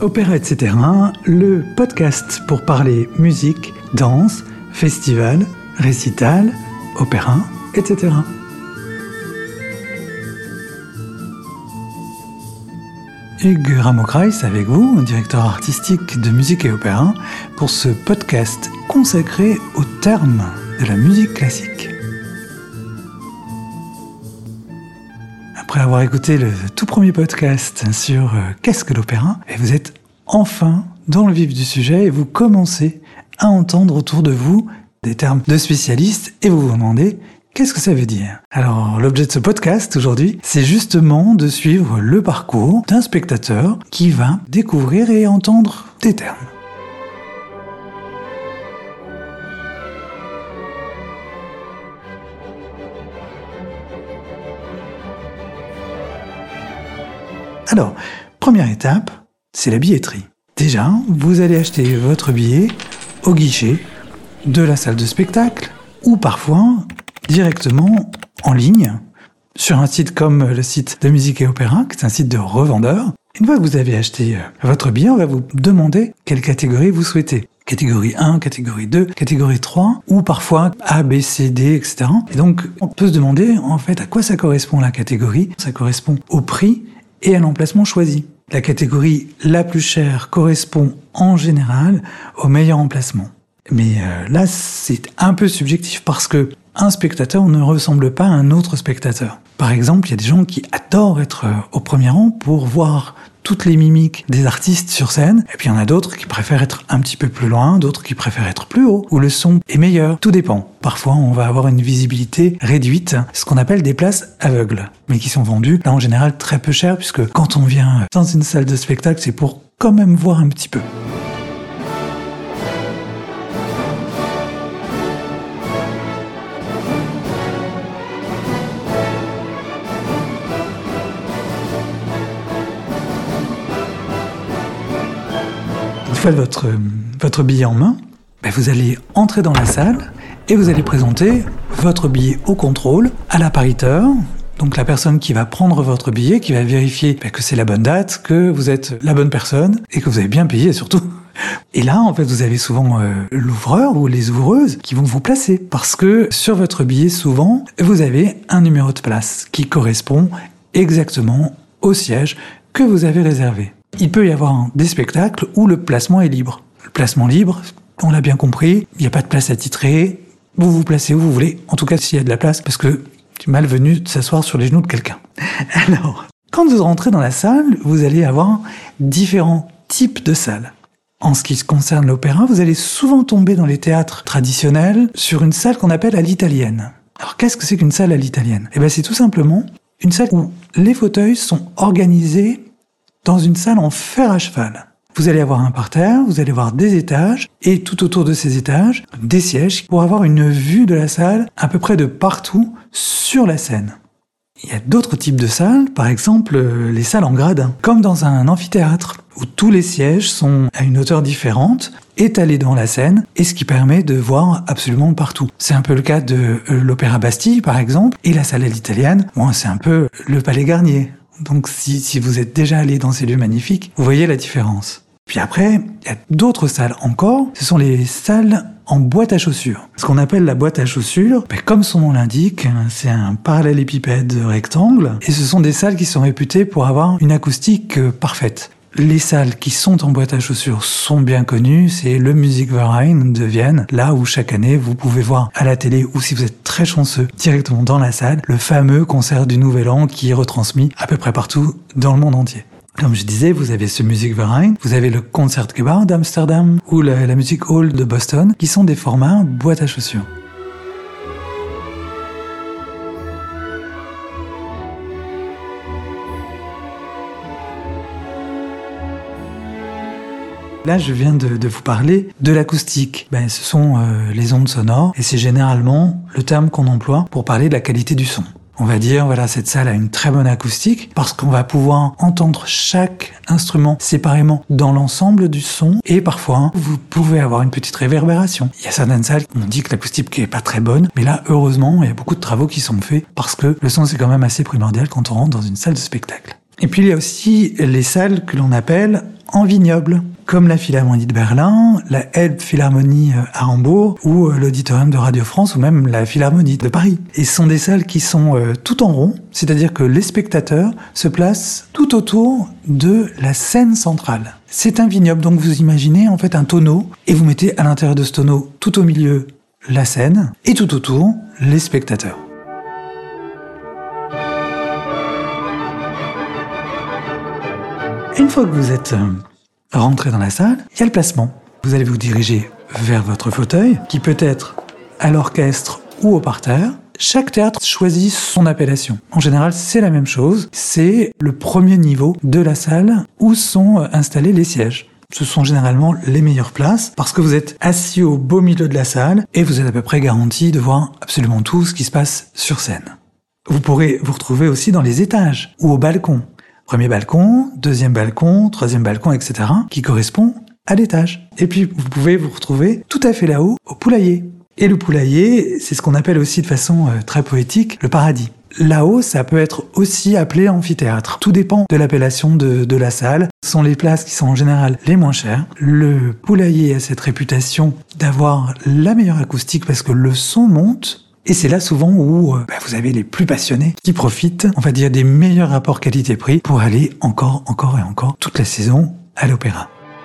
Opéra, etc., le podcast pour parler musique, danse, festival, récital, opéra, etc. Hugues Ramokreis avec vous, directeur artistique de musique et opéra, pour ce podcast consacré aux termes de la musique classique. Après avoir écouté le tout premier podcast sur qu'est-ce que l'opéra, vous êtes enfin dans le vif du sujet et vous commencez à entendre autour de vous des termes de spécialistes et vous vous demandez qu'est-ce que ça veut dire. Alors l'objet de ce podcast aujourd'hui, c'est justement de suivre le parcours d'un spectateur qui va découvrir et entendre des termes. Alors, première étape, c'est la billetterie. Déjà, vous allez acheter votre billet au guichet de la salle de spectacle ou parfois directement en ligne sur un site comme le site de Musique et Opéra, qui est un site de revendeur. Une fois que vous avez acheté votre billet, on va vous demander quelle catégorie vous souhaitez. Catégorie 1, catégorie 2, catégorie 3, ou parfois A, B, C, D, etc. Et donc, on peut se demander en fait à quoi ça correspond la catégorie. Ça correspond au prix et à l'emplacement choisi. La catégorie la plus chère correspond en général au meilleur emplacement. Mais là, c'est un peu subjectif parce que un spectateur ne ressemble pas à un autre spectateur. Par exemple, il y a des gens qui adorent être au premier rang pour voir toutes les mimiques des artistes sur scène, et puis il y en a d'autres qui préfèrent être un petit peu plus loin, d'autres qui préfèrent être plus haut, où le son est meilleur. Tout dépend. Parfois, on va avoir une visibilité réduite, ce qu'on appelle des places aveugles, mais qui sont vendues, là en général, très peu cher, puisque quand on vient dans une salle de spectacle, c'est pour quand même voir un petit peu. Une fois votre billet en main, vous allez entrer dans la salle et vous allez présenter votre billet au contrôle, à l'appariteur, donc la personne qui va prendre votre billet, qui va vérifier que c'est la bonne date, que vous êtes la bonne personne et que vous avez bien payé surtout. Et là, en fait, vous avez souvent l'ouvreur ou les ouvreuses qui vont vous placer parce que sur votre billet, souvent, vous avez un numéro de place qui correspond exactement au siège que vous avez réservé. Il peut y avoir des spectacles où le placement est libre. Le placement libre, on l'a bien compris, il n'y a pas de place attitrée, vous vous placez où vous voulez, en tout cas s'il y a de la place, parce que c'est malvenu de s'asseoir sur les genoux de quelqu'un. Alors, quand vous rentrez dans la salle, vous allez avoir différents types de salles. En ce qui concerne l'opéra, vous allez souvent tomber dans les théâtres traditionnels sur une salle qu'on appelle à l'italienne. Alors qu'est-ce que c'est qu'une salle à l'italienne ? C'est tout simplement une salle où les fauteuils sont organisés dans une salle en fer à cheval. Vous allez avoir un parterre, vous allez avoir des étages, et tout autour de ces étages, des sièges pour avoir une vue de la salle à peu près de partout sur la scène. Il y a d'autres types de salles, par exemple les salles en gradins, comme dans un amphithéâtre, où tous les sièges sont à une hauteur différente, étalés dans la scène, et ce qui permet de voir absolument partout. C'est un peu le cas de l'Opéra Bastille, par exemple, et la salle à l'italienne, c'est un peu le Palais Garnier. Donc si vous êtes déjà allé dans ces lieux magnifiques, vous voyez la différence. Puis après, il y a d'autres salles encore, ce sont les salles en boîte à chaussures. Ce qu'on appelle la boîte à chaussures, comme son nom l'indique, c'est un parallélépipède rectangle, et ce sont des salles qui sont réputées pour avoir une acoustique parfaite. Les salles qui sont en boîte à chaussures sont bien connues, c'est le Musikverein de Vienne, là où chaque année vous pouvez voir à la télé ou si vous êtes très chanceux directement dans la salle, le fameux concert du Nouvel An qui est retransmis à peu près partout dans le monde entier. Comme je disais, vous avez ce Musikverein, vous avez le Concertgebouw d'Amsterdam ou la Music Hall de Boston qui sont des formats boîte à chaussures. Là, je viens de vous parler de l'acoustique. Ce sont les ondes sonores, et c'est généralement le terme qu'on emploie pour parler de la qualité du son. On va dire, cette salle a une très bonne acoustique, parce qu'on va pouvoir entendre chaque instrument séparément dans l'ensemble du son, et parfois, vous pouvez avoir une petite réverbération. Il y a certaines salles, on dit que l'acoustique n'est pas très bonne, mais là, heureusement, il y a beaucoup de travaux qui sont faits, parce que le son, c'est quand même assez primordial quand on rentre dans une salle de spectacle. Et puis il y a aussi les salles que l'on appelle en vignoble, comme la Philharmonie de Berlin, la Elbphilharmonie à Hambourg, ou l'Auditorium de Radio France, ou même la Philharmonie de Paris. Et ce sont des salles qui sont tout en rond, c'est-à-dire que les spectateurs se placent tout autour de la scène centrale. C'est un vignoble, donc vous imaginez en fait un tonneau, et vous mettez à l'intérieur de ce tonneau, tout au milieu, la scène, et tout autour, les spectateurs. Une fois que vous êtes rentré dans la salle, il y a le placement. Vous allez vous diriger vers votre fauteuil, qui peut être à l'orchestre ou au parterre. Chaque théâtre choisit son appellation. En général, c'est la même chose. C'est le premier niveau de la salle où sont installés les sièges. Ce sont généralement les meilleures places parce que vous êtes assis au beau milieu de la salle et vous êtes à peu près garanti de voir absolument tout ce qui se passe sur scène. Vous pourrez vous retrouver aussi dans les étages ou au balcon. Premier balcon, deuxième balcon, troisième balcon, etc., qui correspond à l'étage. Et puis, vous pouvez vous retrouver tout à fait là-haut, au poulailler. Et le poulailler, c'est ce qu'on appelle aussi de façon très poétique, le paradis. Là-haut, ça peut être aussi appelé amphithéâtre. Tout dépend de l'appellation de la salle. Ce sont les places qui sont en général les moins chères. Le poulailler a cette réputation d'avoir la meilleure acoustique parce que le son monte. Et c'est là souvent où vous avez les plus passionnés qui profitent, on va dire, des meilleurs rapports qualité-prix pour aller encore et encore toute la saison à l'opéra.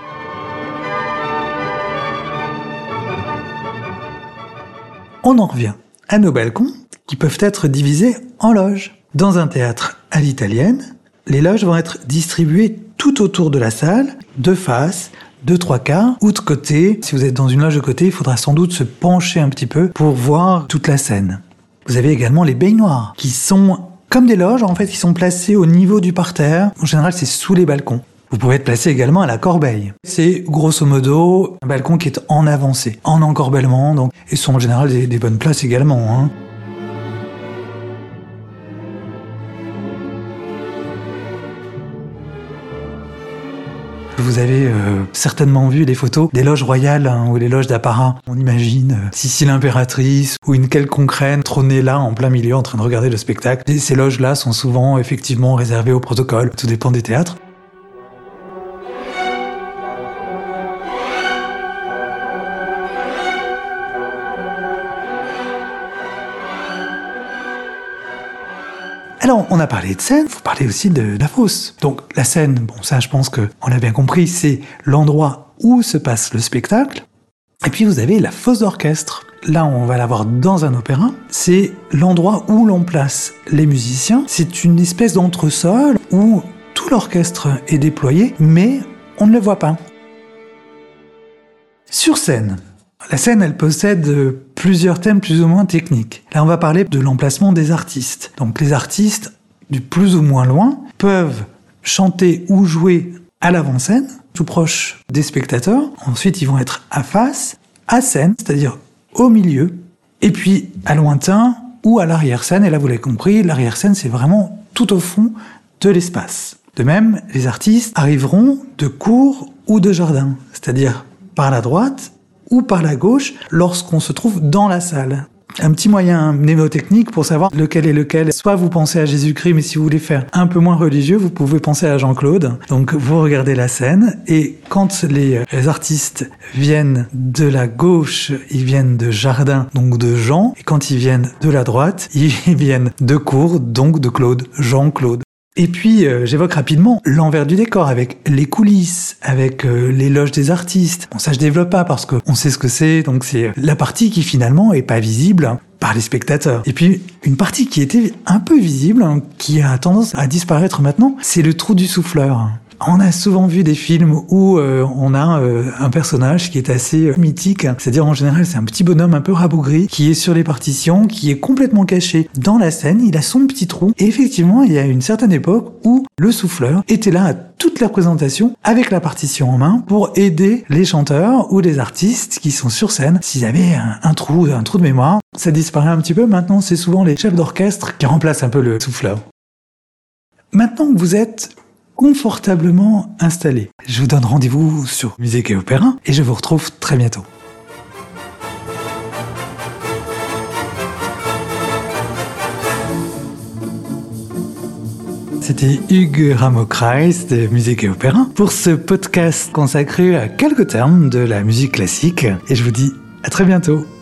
On en revient à nos balcons qui peuvent être divisés en loges. Dans un théâtre à l'italienne, les loges vont être distribuées tout autour de la salle, de face, de 3/4 ou de côté. Si vous êtes dans une loge de côté, il faudra sans doute se pencher un petit peu pour voir toute la scène. Vous avez également les baignoires, qui sont comme des loges, en fait, qui sont placées au niveau du parterre. En général, c'est sous les balcons. Vous pouvez être placé également à la corbeille. C'est grosso modo un balcon qui est en avancée, en encorbellement, donc, et sont en général des bonnes places également, hein. Vous avez certainement vu des photos des loges royales ou les loges d'apparat. On imagine Sissi l'impératrice ou une quelconque reine trônée là en plein milieu en train de regarder le spectacle. Et ces loges-là sont souvent effectivement réservées au protocole. Tout dépend des théâtres. Alors, on a parlé de scène, vous parlez aussi de la fosse. Donc, la scène, bon, ça, je pense qu'on l'a bien compris, c'est l'endroit où se passe le spectacle. Et puis, vous avez la fosse d'orchestre. Là, on va la voir dans un opéra. C'est l'endroit où l'on place les musiciens. C'est une espèce d'entresol où tout l'orchestre est déployé, mais on ne le voit pas. Sur scène. La scène, elle possède plusieurs thèmes plus ou moins techniques. Là, on va parler de l'emplacement des artistes. Donc, les artistes, du plus ou moins loin, peuvent chanter ou jouer à l'avant-scène, tout proche des spectateurs. Ensuite, ils vont être à face, à scène, c'est-à-dire au milieu, et puis à lointain ou à l'arrière-scène. Et là, vous l'avez compris, l'arrière-scène, c'est vraiment tout au fond de l'espace. De même, les artistes arriveront de cour ou de jardin, c'est-à-dire par la droite ou par la gauche lorsqu'on se trouve dans la salle. Un petit moyen mnémotechnique pour savoir lequel est lequel. Soit vous pensez à Jésus-Christ, mais si vous voulez faire un peu moins religieux, vous pouvez penser à Jean-Claude. Donc vous regardez la scène et quand les artistes viennent de la gauche, ils viennent de jardin, donc de Jean. Et quand ils viennent de la droite, ils viennent de cour, donc de Claude, Jean-Claude. Et puis, j'évoque rapidement l'envers du décor avec les coulisses, avec les loges des artistes. Bon, ça je développe pas parce qu'on sait ce que c'est, donc c'est la partie qui finalement est pas visible par les spectateurs. Et puis, une partie qui était un peu visible, qui a tendance à disparaître maintenant, c'est le trou du souffleur. On a souvent vu des films où on a un personnage qui est assez mythique, c'est-à-dire en général c'est un petit bonhomme un peu rabougri qui est sur les partitions, qui est complètement caché dans la scène, il a son petit trou, et effectivement il y a une certaine époque où le souffleur était là à toute la représentation avec la partition en main pour aider les chanteurs ou les artistes qui sont sur scène s'ils avaient un trou de mémoire. Ça disparaît un petit peu, maintenant c'est souvent les chefs d'orchestre qui remplacent un peu le souffleur. Maintenant que vous êtes confortablement installé, je vous donne rendez-vous sur Musique et Opéra et je vous retrouve très bientôt. C'était Hugues Ramokreis de Musique et Opéra pour ce podcast consacré à quelques termes de la musique classique. Et je vous dis à très bientôt.